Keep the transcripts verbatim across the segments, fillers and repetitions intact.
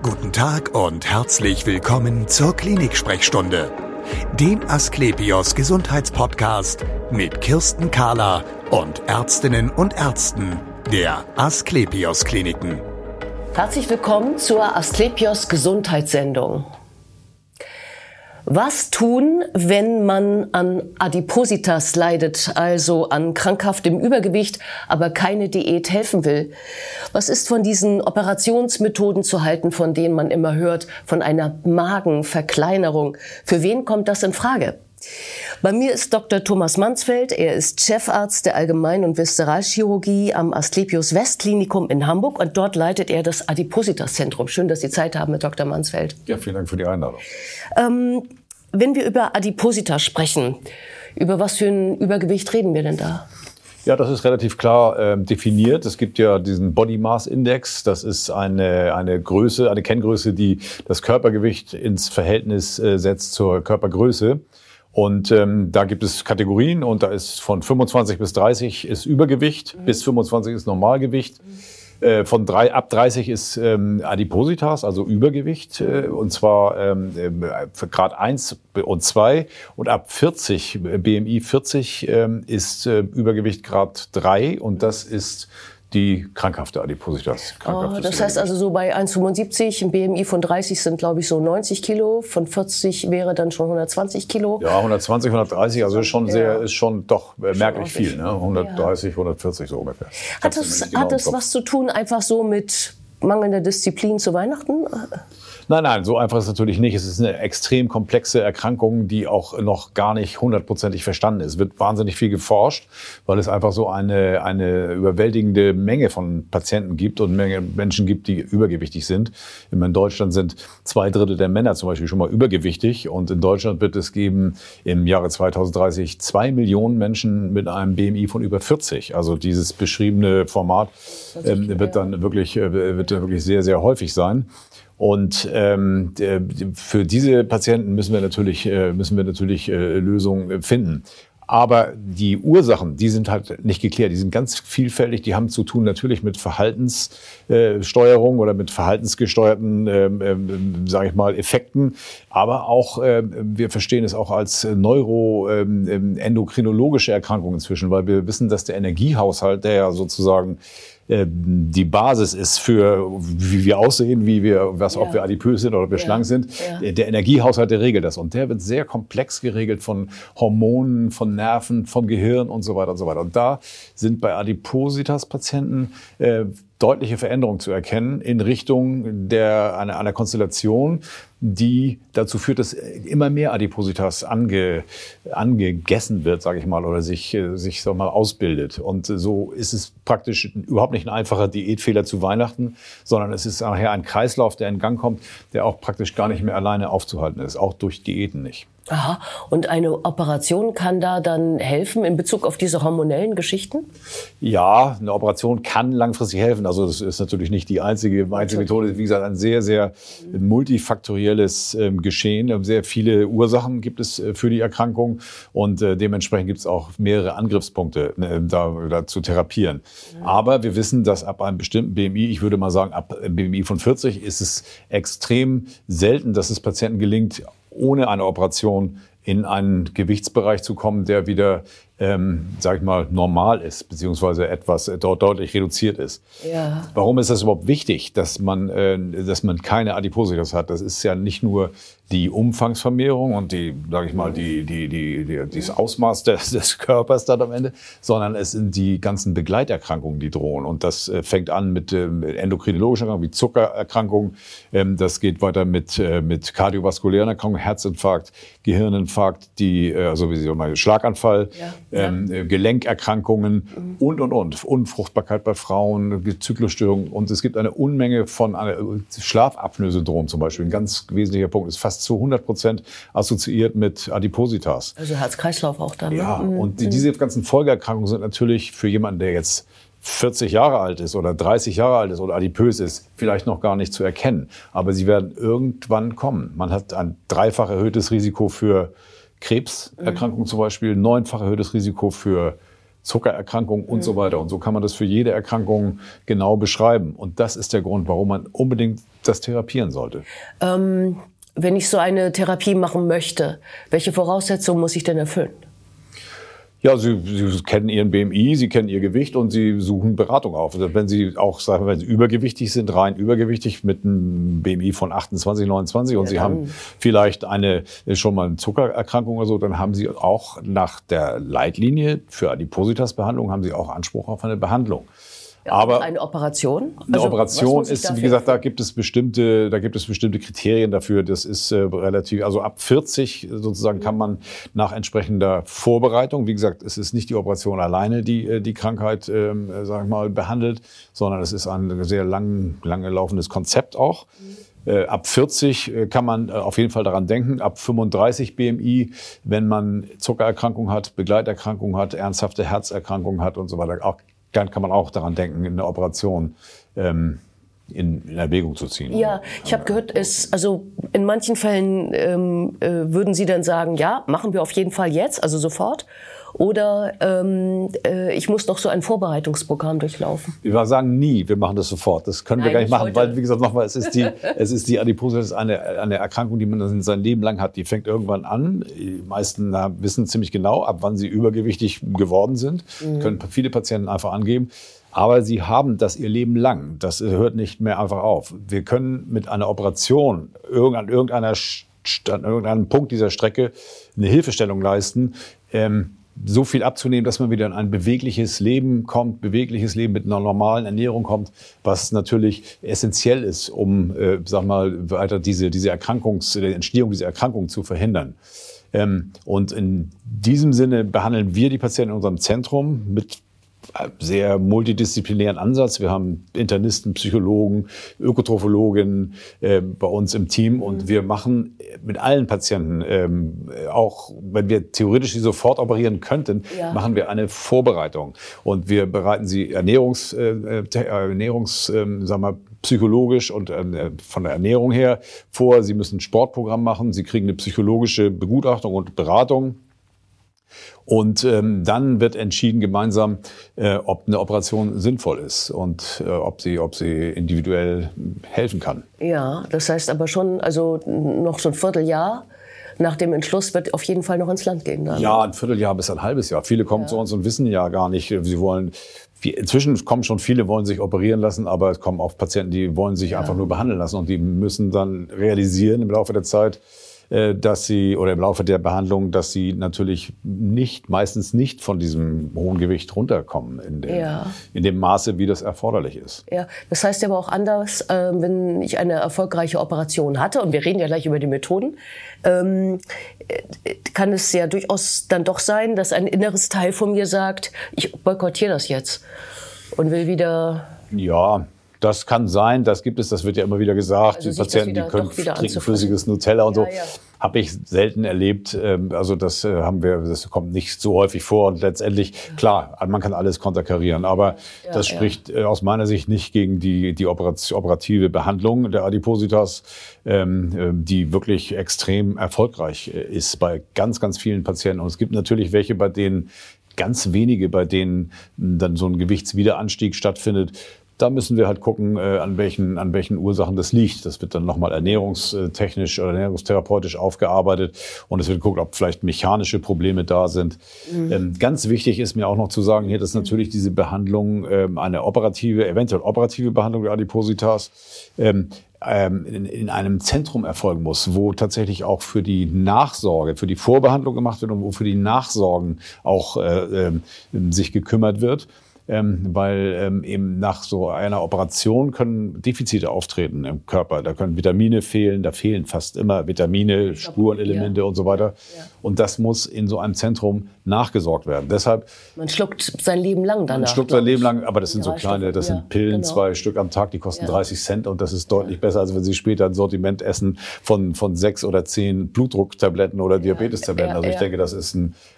Guten Tag und herzlich willkommen zur Klinik-Sprechstunde, dem Asklepios Gesundheitspodcast mit Kirsten Kahler und Ärztinnen und Ärzten der Asklepios Kliniken. Herzlich willkommen zur Asklepios Gesundheitssendung. Was tun, wenn man an Adipositas leidet, also an krankhaftem Übergewicht, aber keine Diät helfen will? Was ist von diesen Operationsmethoden zu halten, von denen man immer hört, von einer Magenverkleinerung? Für wen kommt das in Frage? Bei mir ist Doktor Thomas Mansfeld. Er ist Chefarzt der Allgemein- und Viszeralchirurgie am Asklepios Westklinikum in Hamburg und dort leitet er das Adipositas-Zentrum. Schön, dass Sie Zeit haben, Herr Doktor Mansfeld. Ja, vielen Dank für die Einladung. Ähm, wenn wir über Adipositas sprechen, über was für ein Übergewicht reden wir denn da? Ja, das ist relativ klar äh, definiert. Es gibt ja diesen Body Mass Index. Das ist eine, eine Größe, eine Kenngröße, die das Körpergewicht ins Verhältnis äh, setzt zur Körpergröße. Und ähm, da gibt es Kategorien und da ist von fünfundzwanzig bis dreißig ist Übergewicht, mhm. bis fünfundzwanzig ist Normalgewicht. Mhm. Äh, von drei, ab dreißig ist ähm, Adipositas, also Übergewicht, äh, und zwar ähm, für Grad eins und zwei. Und ab vierzig, B M I vierzig, ähm, ist äh, Übergewicht Grad drei und das ist die krankhafte Adipositas. Oh, das heißt also so bei eins Komma fünfundsiebzig, ein B M I von dreißig sind glaube ich so neunzig Kilo, von vierzig wäre dann schon hundertzwanzig Kilo. Ja, hundertzwanzig, hundertdreißig, also ist schon sehr, ja. ist schon doch schon merklich viel, ne? hundertdreißig, ja. hundertvierzig so ungefähr. Hat das, genau hat das was zu tun einfach so mit mangelnder Disziplin zu Weihnachten? Nein, nein, so einfach ist es natürlich nicht. Es ist eine extrem komplexe Erkrankung, die auch noch gar nicht hundertprozentig verstanden ist. Es wird wahnsinnig viel geforscht, weil es einfach so eine, eine überwältigende Menge von Patienten gibt und Menge Menschen gibt, die übergewichtig sind. In Deutschland sind zwei Drittel der Männer zum Beispiel schon mal übergewichtig und in Deutschland wird es geben im Jahre zweitausenddreißig zwei Millionen Menschen mit einem B M I von über vierzig. Also dieses beschriebene Format ähm, wird dann wirklich, äh, wird wirklich sehr, sehr häufig sein. Und ähm, für diese Patienten müssen wir natürlich, äh, müssen wir natürlich äh, Lösungen finden. Aber die Ursachen, die sind halt nicht geklärt. Die sind ganz vielfältig. Die haben zu tun natürlich mit Verhaltenssteuerung äh, oder mit verhaltensgesteuerten, äh, äh, sage ich mal, Effekten. Aber auch, äh, wir verstehen es auch als neuroendokrinologische äh, Erkrankung inzwischen, weil wir wissen, dass der Energiehaushalt, der ja sozusagen die Basis ist für, wie wir aussehen, wie wir, was, ja. ob wir adipös sind oder ob wir ja. schlank sind. Ja. Der Energiehaushalt, der regelt das. Und der wird sehr komplex geregelt von Hormonen, von Nerven, vom Gehirn und so weiter und so weiter. Und da sind bei Adipositas-Patienten äh, deutliche Veränderungen zu erkennen in Richtung der, einer, einer Konstellation, die dazu führt, dass immer mehr Adipositas ange, angegessen wird, sage ich mal, oder sich, sich so mal ausbildet. Und so ist es praktisch überhaupt nicht ein einfacher Diätfehler zu Weihnachten, sondern es ist nachher ein Kreislauf, der in Gang kommt, der auch praktisch gar nicht mehr alleine aufzuhalten ist, auch durch Diäten nicht. Aha. Und eine Operation kann da dann helfen in Bezug auf diese hormonellen Geschichten? Ja, eine Operation kann langfristig helfen. Also das ist natürlich nicht die einzige, einzige Methode. Wie gesagt, ein sehr, sehr multifaktorielles äh, Geschehen. Sehr viele Ursachen gibt es äh, für die Erkrankung und äh, dementsprechend gibt es auch mehrere Angriffspunkte, äh, da, da zu therapieren. Mhm. Aber wir wissen, dass ab einem bestimmten B M I, ich würde mal sagen, ab B M I von vierzig, ist es extrem selten, dass es Patienten gelingt, ohne eine Operation in einen Gewichtsbereich zu kommen, der wieder, ähm, sag ich mal, normal ist, beziehungsweise etwas äh, dort deutlich reduziert ist. Ja. Warum ist das überhaupt wichtig, dass man, äh, dass man keine Adipositas hat? Das ist ja nicht nur die Umfangsvermehrung und die, sage ich mal, die, die, die, die, das Ausmaß des, des Körpers dann am Ende, sondern es sind die ganzen Begleiterkrankungen, die drohen. Und das äh, fängt an mit äh, endokrinologischen Erkrankungen wie Zuckererkrankungen. Ähm, das geht weiter mit, äh, mit kardiovaskulären Erkrankungen, Herzinfarkt, Gehirninfarkt, die, äh, also wie Sie mal Schlaganfall, ja. ähm, ja. Gelenkerkrankungen mhm. und, und, und. Unfruchtbarkeit bei Frauen, Zyklusstörungen. Und es gibt eine Unmenge von äh, Schlafapnoe-Syndrom zum Beispiel. Ein ganz wesentlicher Punkt ist fast zu hundert Prozent assoziiert mit Adipositas. Also Herz-Kreislauf auch dann. Ja, ne? und die, diese ganzen Folgeerkrankungen sind natürlich für jemanden, der jetzt vierzig Jahre alt ist oder dreißig Jahre alt ist oder adipös ist, vielleicht noch gar nicht zu erkennen. Aber sie werden irgendwann kommen. Man hat ein dreifach erhöhtes Risiko für Krebserkrankungen mhm. zum Beispiel, neunfach erhöhtes Risiko für Zuckererkrankungen und mhm. so weiter. Und so kann man das für jede Erkrankung genau beschreiben. Und das ist der Grund, warum man unbedingt das therapieren sollte? Ähm, wenn ich so eine Therapie machen möchte, welche Voraussetzungen muss ich denn erfüllen? Ja, Sie, Sie kennen Ihren B M I, Sie kennen Ihr Gewicht und Sie suchen Beratung auf. Also wenn Sie auch sagen, wenn Sie übergewichtig sind, rein übergewichtig mit einem B M I von achtundzwanzig, neunundzwanzig und ja, Sie haben vielleicht eine schon mal eine Zuckererkrankung oder so, dann haben Sie auch nach der Leitlinie für Adipositas-Behandlung haben Sie auch Anspruch auf eine Behandlung. Aber eine Operation? Eine also, Operation ist, wie gesagt, da gibt es bestimmte, da gibt es bestimmte Kriterien dafür. Das ist äh, relativ, also ab vierzig sozusagen kann man nach entsprechender Vorbereitung, wie gesagt, es ist nicht die Operation alleine, die die Krankheit, äh, sag ich mal, behandelt, sondern es ist ein sehr lang, lange laufendes Konzept auch. Mhm. Äh, ab vierzig kann man äh, auf jeden Fall daran denken, ab fünfunddreißig B M I, wenn man Zuckererkrankung hat, Begleiterkrankung hat, ernsthafte Herzerkrankung hat und so weiter, auch dann kann man auch daran denken, eine Operation ähm, in, in Erwägung zu ziehen. Ja, ich habe gehört, es, also in manchen Fällen ähm, äh, würden Sie dann sagen, ja, machen wir auf jeden Fall jetzt, also sofort. Oder ähm, äh, ich muss noch so ein Vorbereitungsprogramm durchlaufen. Wir sagen nie, wir machen das sofort. Das können Nein, wir gar nicht machen, heute. weil, wie gesagt, nochmal, es ist die, es ist die Adipositas, eine, eine Erkrankung, die man sein Leben lang hat. Die fängt irgendwann an. Die meisten na, wissen ziemlich genau, ab wann sie übergewichtig geworden sind. Mhm. Können viele Patienten einfach angeben. Aber sie haben das ihr Leben lang. Das hört nicht mehr einfach auf. Wir können mit einer Operation an irgendeiner, an irgendeinem Punkt dieser Strecke eine Hilfestellung leisten, ähm, so viel abzunehmen, dass man wieder in ein bewegliches Leben kommt, bewegliches Leben mit einer normalen Ernährung kommt, was natürlich essentiell ist, um, äh, sag mal, weiter diese, diese Erkrankungs, die Entstehung dieser Erkrankung zu verhindern. Ähm, und in diesem Sinne behandeln wir die Patienten in unserem Zentrum mit sehr multidisziplinären Ansatz. Wir haben Internisten, Psychologen, Ökotrophologen äh, bei uns im Team und wir machen mit allen Patienten, ähm, auch wenn wir theoretisch sie sofort operieren könnten, ja. machen wir eine Vorbereitung und wir bereiten sie ernährungs, äh, ernährungs, äh, sagen wir, psychologisch und äh, von der Ernährung her vor. Sie müssen ein Sportprogramm machen, sie kriegen eine psychologische Begutachtung und Beratung. Und ähm, dann wird entschieden gemeinsam, äh, ob eine Operation sinnvoll ist und äh, ob sie, ob sie individuell helfen kann. Ja, das heißt aber schon, also noch so ein Vierteljahr nach dem Entschluss wird auf jeden Fall noch ins Land gehen. Dann. Ja, ein Vierteljahr bis ein halbes Jahr. Viele kommen ja. zu uns und wissen ja gar nicht, sie wollen. Inzwischen kommen schon viele, wollen sich operieren lassen, aber es kommen auch Patienten, die wollen sich ja. einfach nur behandeln lassen und die müssen dann realisieren im Laufe der Zeit, dass sie, oder im Laufe der Behandlung, dass sie natürlich nicht, meistens nicht von diesem hohen Gewicht runterkommen in dem, ja. in dem Maße, wie das erforderlich ist. Ja, das heißt aber auch anders, äh, wenn ich eine erfolgreiche Operation hatte, und wir reden ja gleich über die Methoden, ähm, kann es ja durchaus dann doch sein, dass ein inneres Teil von mir sagt, ich boykottiere das jetzt und will wieder... Ja, das kann sein, das gibt es, das wird ja immer wieder gesagt. Also die Patienten, wieder, die können trinken flüssiges Nutella und so. Ja, ja. Habe ich selten erlebt. Also das haben wir, das kommt nicht so häufig vor. Und letztendlich, klar, man kann alles konterkarieren. Aber ja, das spricht ja. aus meiner Sicht nicht gegen die, die operative Behandlung der Adipositas, die wirklich extrem erfolgreich ist bei ganz, ganz vielen Patienten. Und es gibt natürlich welche, bei denen, ganz wenige, bei denen dann so ein Gewichtswiederanstieg stattfindet. Da müssen wir halt gucken, äh, an welchen, an welchen Ursachen das liegt. Das wird dann nochmal ernährungstechnisch oder ernährungstherapeutisch aufgearbeitet. Und es wird geguckt, ob vielleicht mechanische Probleme da sind. Mhm. Ähm, ganz wichtig ist mir auch noch zu sagen, hier, dass natürlich diese Behandlung, ähm, eine operative, eventuell operative Behandlung der Adipositas, ähm, In, in einem Zentrum erfolgen muss, wo tatsächlich auch für die Nachsorge, für die Vorbehandlung gemacht wird und wo für die Nachsorgen auch äh, äh, sich gekümmert wird. Ähm, weil ähm, eben nach so einer Operation können Defizite auftreten im Körper. Da können Vitamine fehlen, da fehlen fast immer Vitamine, Spurenelemente ja. und so weiter. Ja. Und das muss in so einem Zentrum nachgesorgt werden. Deshalb man schluckt sein Leben lang danach. Man schluckt sein Leben lang, aber das sind so kleine, das ja, sind Pillen, genau. zwei Stück am Tag, die kosten ja. dreißig Cent und das ist deutlich ja. besser, als wenn Sie später ein Sortiment essen von, von sechs oder zehn Blutdrucktabletten oder Diabetestabletten. Ja, also ich ja. denke, das ist ein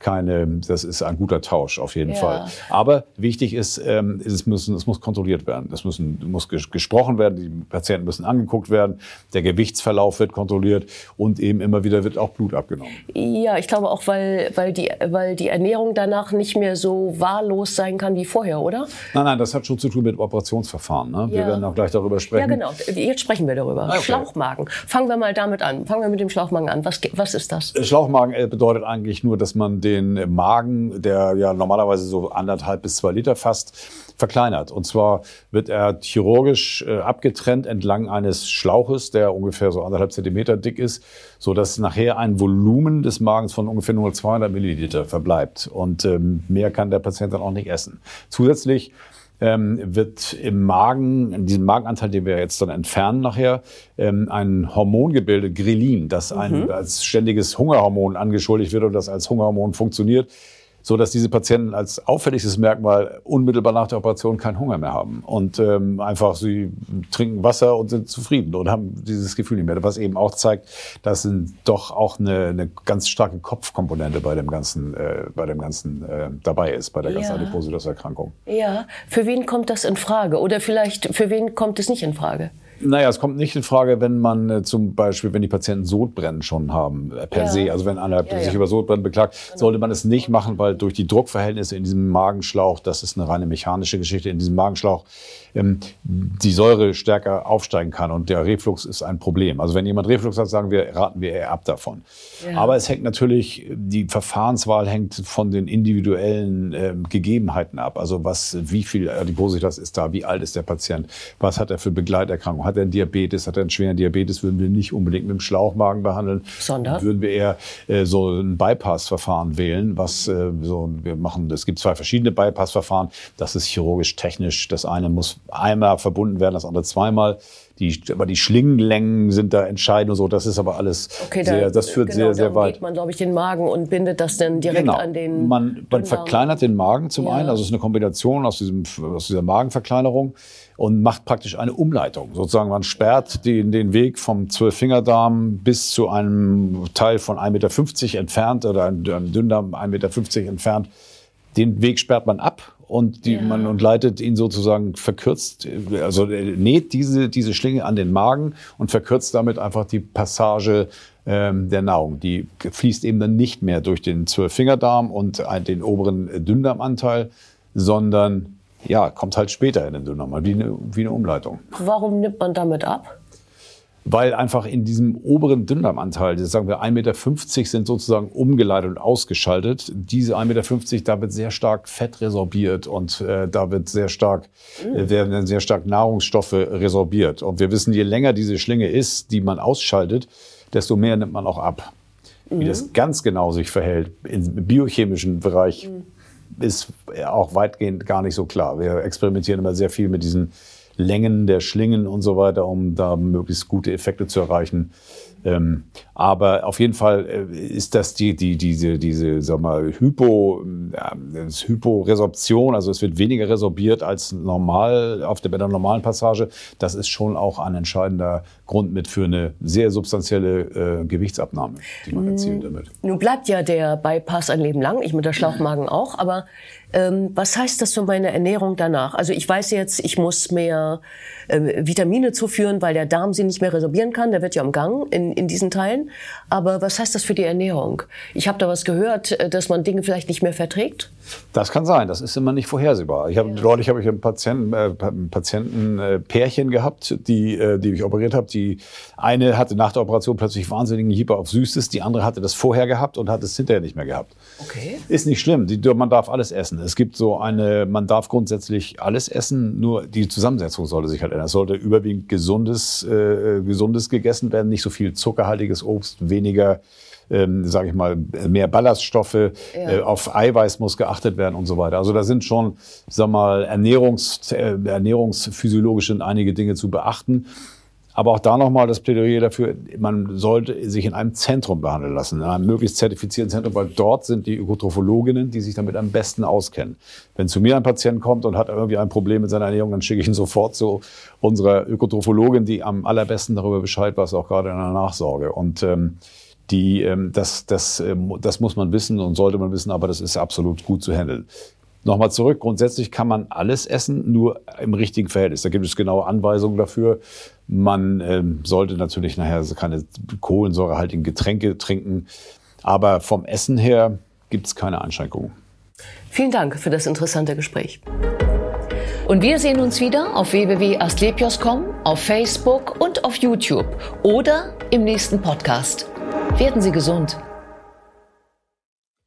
keine, das ist ein guter Tausch auf jeden Ja. Fall. Aber wichtig ist, ähm, es, müssen, es muss kontrolliert werden. Es müssen, muss ges- gesprochen werden, die Patienten müssen angeguckt werden, der Gewichtsverlauf wird kontrolliert und eben immer wieder wird auch Blut abgenommen. Ja, ich glaube auch, weil, weil, die, weil die Ernährung danach nicht mehr so wahllos sein kann wie vorher, oder? Nein, nein, das hat schon zu tun mit Operationsverfahren. Ne? Wir Ja. werden auch gleich darüber sprechen. Ja, genau. Jetzt sprechen wir darüber. Okay. Schlauchmagen. Fangen wir mal damit an. Fangen wir mit dem Schlauchmagen an. Was, was ist das? Schlauchmagen äh, bedeutet eigentlich nur, dass man den Magen, der ja normalerweise so anderthalb bis zwei Liter fasst, verkleinert. Und zwar wird er chirurgisch äh, abgetrennt entlang eines Schlauches, der ungefähr so anderthalb Zentimeter dick ist, so dass nachher ein Volumen des Magens von ungefähr nur zweihundert Milliliter verbleibt. Und ähm, mehr kann der Patient dann auch nicht essen. Zusätzlich ähm, wird im Magen, in diesem Magenanteil, den wir jetzt dann entfernen nachher, ähm, ein Hormongebilde, Grelin, das ein, als ständiges Hungerhormon angeschuldigt wird und das als Hungerhormon funktioniert, so dass diese Patienten als auffälligstes Merkmal unmittelbar nach der Operation keinen Hunger mehr haben und ähm, einfach sie trinken Wasser und sind zufrieden und haben dieses Gefühl nicht mehr. Was eben auch zeigt, dass doch auch eine, eine ganz starke Kopfkomponente bei dem ganzen, äh, bei dem ganzen äh, dabei ist, bei der ganzen Ja. Adipositas-Erkrankung. Ja, für wen kommt das in Frage? Oder vielleicht, für wen kommt es nicht in Frage? Naja, es kommt nicht in Frage, wenn man äh, zum Beispiel, wenn die Patienten Sodbrennen schon haben, äh, per Ja. se. Also wenn einer Ja, sich ja. über Sodbrennen beklagt, sollte man es nicht machen, weil durch die Druckverhältnisse in diesem Magenschlauch, das ist eine reine mechanische Geschichte, in diesem Magenschlauch ähm, die Säure stärker aufsteigen kann und der Reflux ist ein Problem. Also wenn jemand Reflux hat, sagen wir, raten wir eher ab davon. Ja. Aber es hängt natürlich, die Verfahrenswahl hängt von den individuellen ähm, Gegebenheiten ab. Also was, wie viel Adipositas ist da, wie alt ist der Patient, was hat er für Begleiterkrankungen, hat er einen Diabetes, hat er einen schweren Diabetes, würden wir nicht unbedingt mit dem Schlauchmagen behandeln, Sondern? würden wir eher äh, so ein Bypass-Verfahren wählen, was äh, so, wir machen, es gibt zwei verschiedene Bypass-Verfahren, das ist chirurgisch technisch, das eine muss einmal verbunden werden, das andere zweimal. Die, aber die Schlingenlängen sind da entscheidend und so. Das ist aber alles Okay, sehr, da, das führt genau, sehr, sehr darum weit. geht man, glaube ich, den Magen und bindet das dann direkt Genau. an den Man, man Dünndarm. verkleinert den Magen zum Ja. einen, also es ist eine Kombination aus, diesem, aus dieser Magenverkleinerung und macht praktisch eine Umleitung. Sozusagen man sperrt den, den Weg vom Zwölffingerdarm bis zu einem Teil von ein Meter fünfzig entfernt oder einem, einem Dünndarm ein Meter fünfzig entfernt. Den Weg sperrt man ab und, die, Ja. man, und leitet ihn sozusagen verkürzt, also näht diese, diese Schlinge an den Magen und verkürzt damit einfach die Passage ähm, der Nahrung. Die fließt eben dann nicht mehr durch den Zwölffingerdarm und den oberen Dünndarmanteil, sondern ja, kommt halt später in den Dünndarm, wie eine, wie eine Umleitung. Warum nimmt man damit ab? Weil einfach in diesem oberen Dünndarmanteil, das sagen wir ein Meter fünfzig, sind sozusagen umgeleitet und ausgeschaltet. Diese ein Meter fünfzig, da wird sehr stark Fett resorbiert und äh, da wird sehr stark, äh, werden sehr stark Nahrungsstoffe resorbiert. Und wir wissen, je länger diese Schlinge ist, die man ausschaltet, desto mehr nimmt man auch ab. Wie das ganz genau sich verhält im biochemischen Bereich, ist auch weitgehend gar nicht so klar. Wir experimentieren immer sehr viel mit diesen Längen der Schlingen und so weiter, um da möglichst gute Effekte zu erreichen. Ähm, aber auf jeden Fall äh, ist das die, die, diese, diese, sag mal, Hypo, ja, das Hyporesorption, also es wird weniger resorbiert als normal auf der, bei der normalen Passage. Das ist schon auch ein entscheidender Grund mit für eine sehr substanzielle äh, Gewichtsabnahme, die man erzielt damit. Nun bleibt ja der Bypass ein Leben lang, ich mit der Schlauchmagen auch, aber ähm, was heißt das für meine Ernährung danach? Also ich weiß jetzt, ich muss mehr äh, Vitamine zuführen, weil der Darm sie nicht mehr resorbieren kann, der wird ja umgangen in, in diesen Teilen. Aber was heißt das für die Ernährung? Ich habe da was gehört, dass man Dinge vielleicht nicht mehr verträgt. Das kann sein, das ist immer nicht vorhersehbar. Ich habe ja. Neulich habe ich ein Patienten, äh, Patienten äh, Pärchen gehabt, die, äh, die ich operiert habe. Die eine hatte nach der Operation plötzlich wahnsinnigen Hyper auf Süßes, die andere hatte das vorher gehabt und hat es hinterher nicht mehr gehabt. Okay. Ist nicht schlimm, die, man darf alles essen. Es gibt so eine, man darf grundsätzlich alles essen, nur die Zusammensetzung sollte sich halt ändern. Es sollte überwiegend gesundes, äh, gesundes gegessen werden, nicht so viel zuckerhaltiges Obst, weniger Ähm, sage ich mal, mehr Ballaststoffe, ja. äh, auf Eiweiß muss geachtet werden und so weiter. Also da sind schon, sag mal, Ernährungs, äh, ernährungsphysiologisch sind einige Dinge zu beachten. Aber auch da nochmal das Plädoyer dafür, man sollte sich in einem Zentrum behandeln lassen, in einem möglichst zertifizierten Zentrum, weil dort sind die Ökotrophologinnen, die sich damit am besten auskennen. Wenn zu mir ein Patient kommt und hat irgendwie ein Problem mit seiner Ernährung, dann schicke ich ihn sofort zu unserer Ökotrophologin, die am allerbesten darüber Bescheid weiß, auch gerade in der Nachsorge. Und ähm, Die, ähm, das, das, ähm, das muss man wissen und sollte man wissen, aber das ist absolut gut zu handeln. Nochmal zurück, grundsätzlich kann man alles essen, nur im richtigen Verhältnis. Da gibt es genaue Anweisungen dafür. Man ähm, sollte natürlich nachher keine kohlensäurehaltigen Getränke trinken, aber vom Essen her gibt es keine Einschränkungen. Vielen Dank für das interessante Gespräch. Und wir sehen uns wieder auf w w w punkt asklepios punkt com, auf Facebook und auf YouTube oder im nächsten Podcast. Werden Sie gesund.